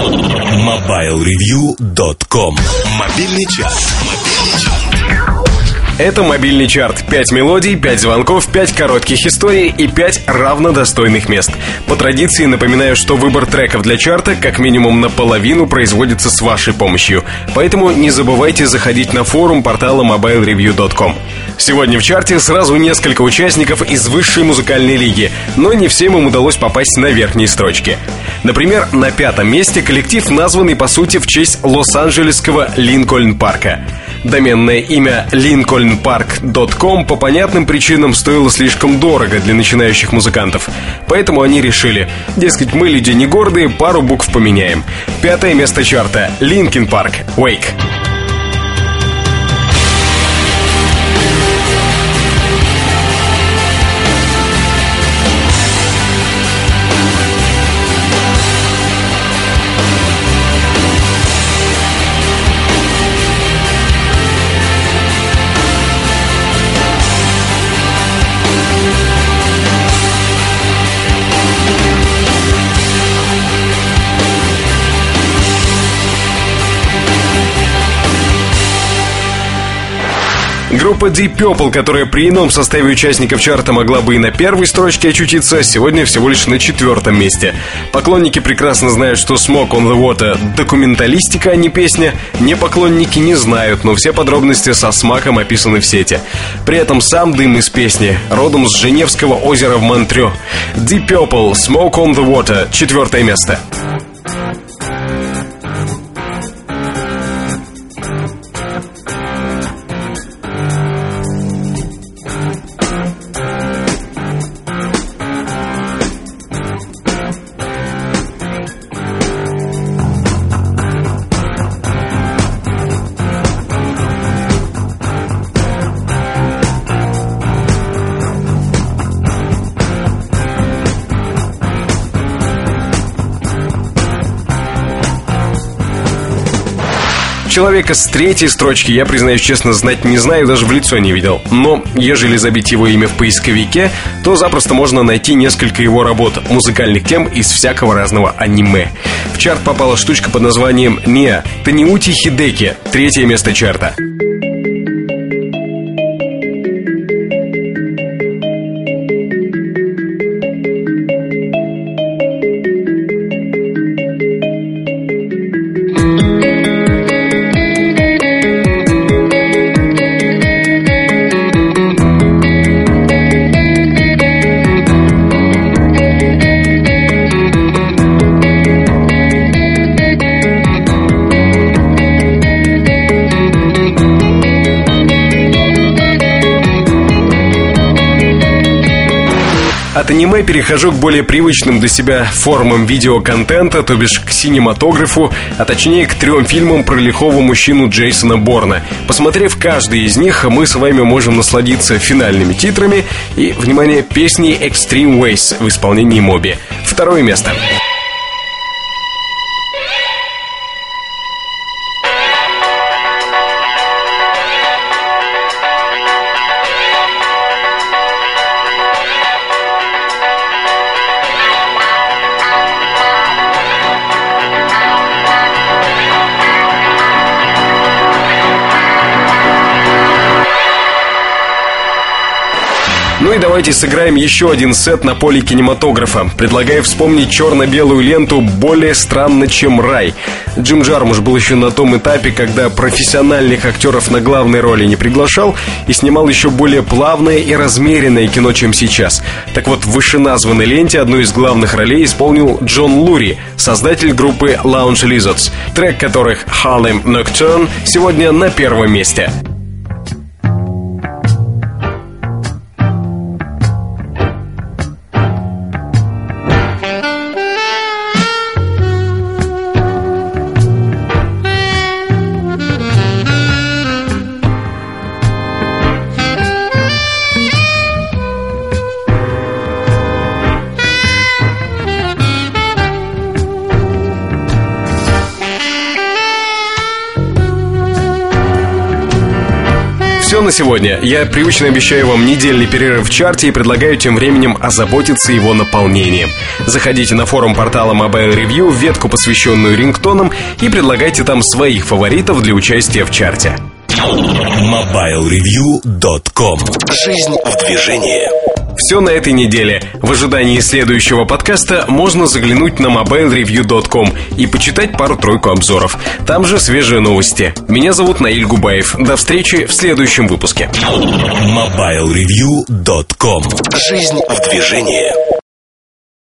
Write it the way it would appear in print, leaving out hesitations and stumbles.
MobileReview.com. Мобильный час. Это мобильный чарт. 5 мелодий, 5 звонков, 5 коротких историй и 5 равнодостойных мест. По традиции напоминаю, что выбор треков для чарта как минимум наполовину производится с вашей помощью. Поэтому не забывайте заходить на форум портала MobileReview.com. Сегодня в чарте сразу несколько участников из высшей музыкальной лиги, но не всем им удалось попасть на верхние строчки. Например, на 5-м месте коллектив, названный по сути в честь лос-анджелесского Линкольн-парка. Доменное имя lincolnpark.com по понятным причинам стоило слишком дорого для начинающих музыкантов. Поэтому они решили, дескать, мы люди не гордые, пару букв поменяем. 5-е место чарта. Linkin Park. Wake. Группа Deep Purple, которая при ином составе участников чарта могла бы и на первой строчке очутиться, сегодня всего лишь на 4-м месте. Поклонники прекрасно знают, что Smoke on the Water — документалистика, а не песня. Не поклонники не знают, но все подробности со смаком описаны в сети. При этом сам дым из песни родом с Женевского озера в Монтрё. Deep Purple, Smoke on the Water, 4-е место. Человека с 3-й строчки я, признаюсь честно, знать не знаю, даже в лицо не видел. Но, ежели забить его имя в поисковике, то запросто можно найти несколько его работ, музыкальных тем из всякого разного аниме. В чарт попала штучка под названием «Ния» Таниути Хидеки, 3-е место чарта. От аниме перехожу к более привычным для себя формам видеоконтента, то бишь к синематографу, а точнее к 3 фильмам про лихого мужчину Джейсона Борна. Посмотрев каждый из них, мы с вами можем насладиться финальными титрами и, внимание, песней Extreme Ways в исполнении Моби. 2-е место. Ну и давайте сыграем еще один сет на поле кинематографа. Предлагаю вспомнить черно-белую ленту «Более странно, чем рай». Джим Джармуш был еще на том этапе, когда профессиональных актеров на главные роли не приглашал и снимал еще более плавное и размеренное кино, чем сейчас. Так вот, в вышеназванной ленте одну из главных ролей исполнил Джон Лури, создатель группы Lounge Lizards, трек которых «Harlem Nocturne» сегодня на 1-м месте. на сегодня. Я привычно обещаю вам недельный перерыв в чарте и предлагаю тем временем озаботиться его наполнением. Заходите на форум портала Mobile Review, в ветку, посвященную рингтонам, и предлагайте там своих фаворитов для участия в чарте. MobileReview.com. Жизнь в движении. Все на этой неделе. В ожидании следующего подкаста можно заглянуть на MobileReview.com и почитать пару-тройку обзоров. Там же свежие новости. Меня зовут Наиль Губаев. До встречи в следующем выпуске. MobileReview.com. Жизнь в движении.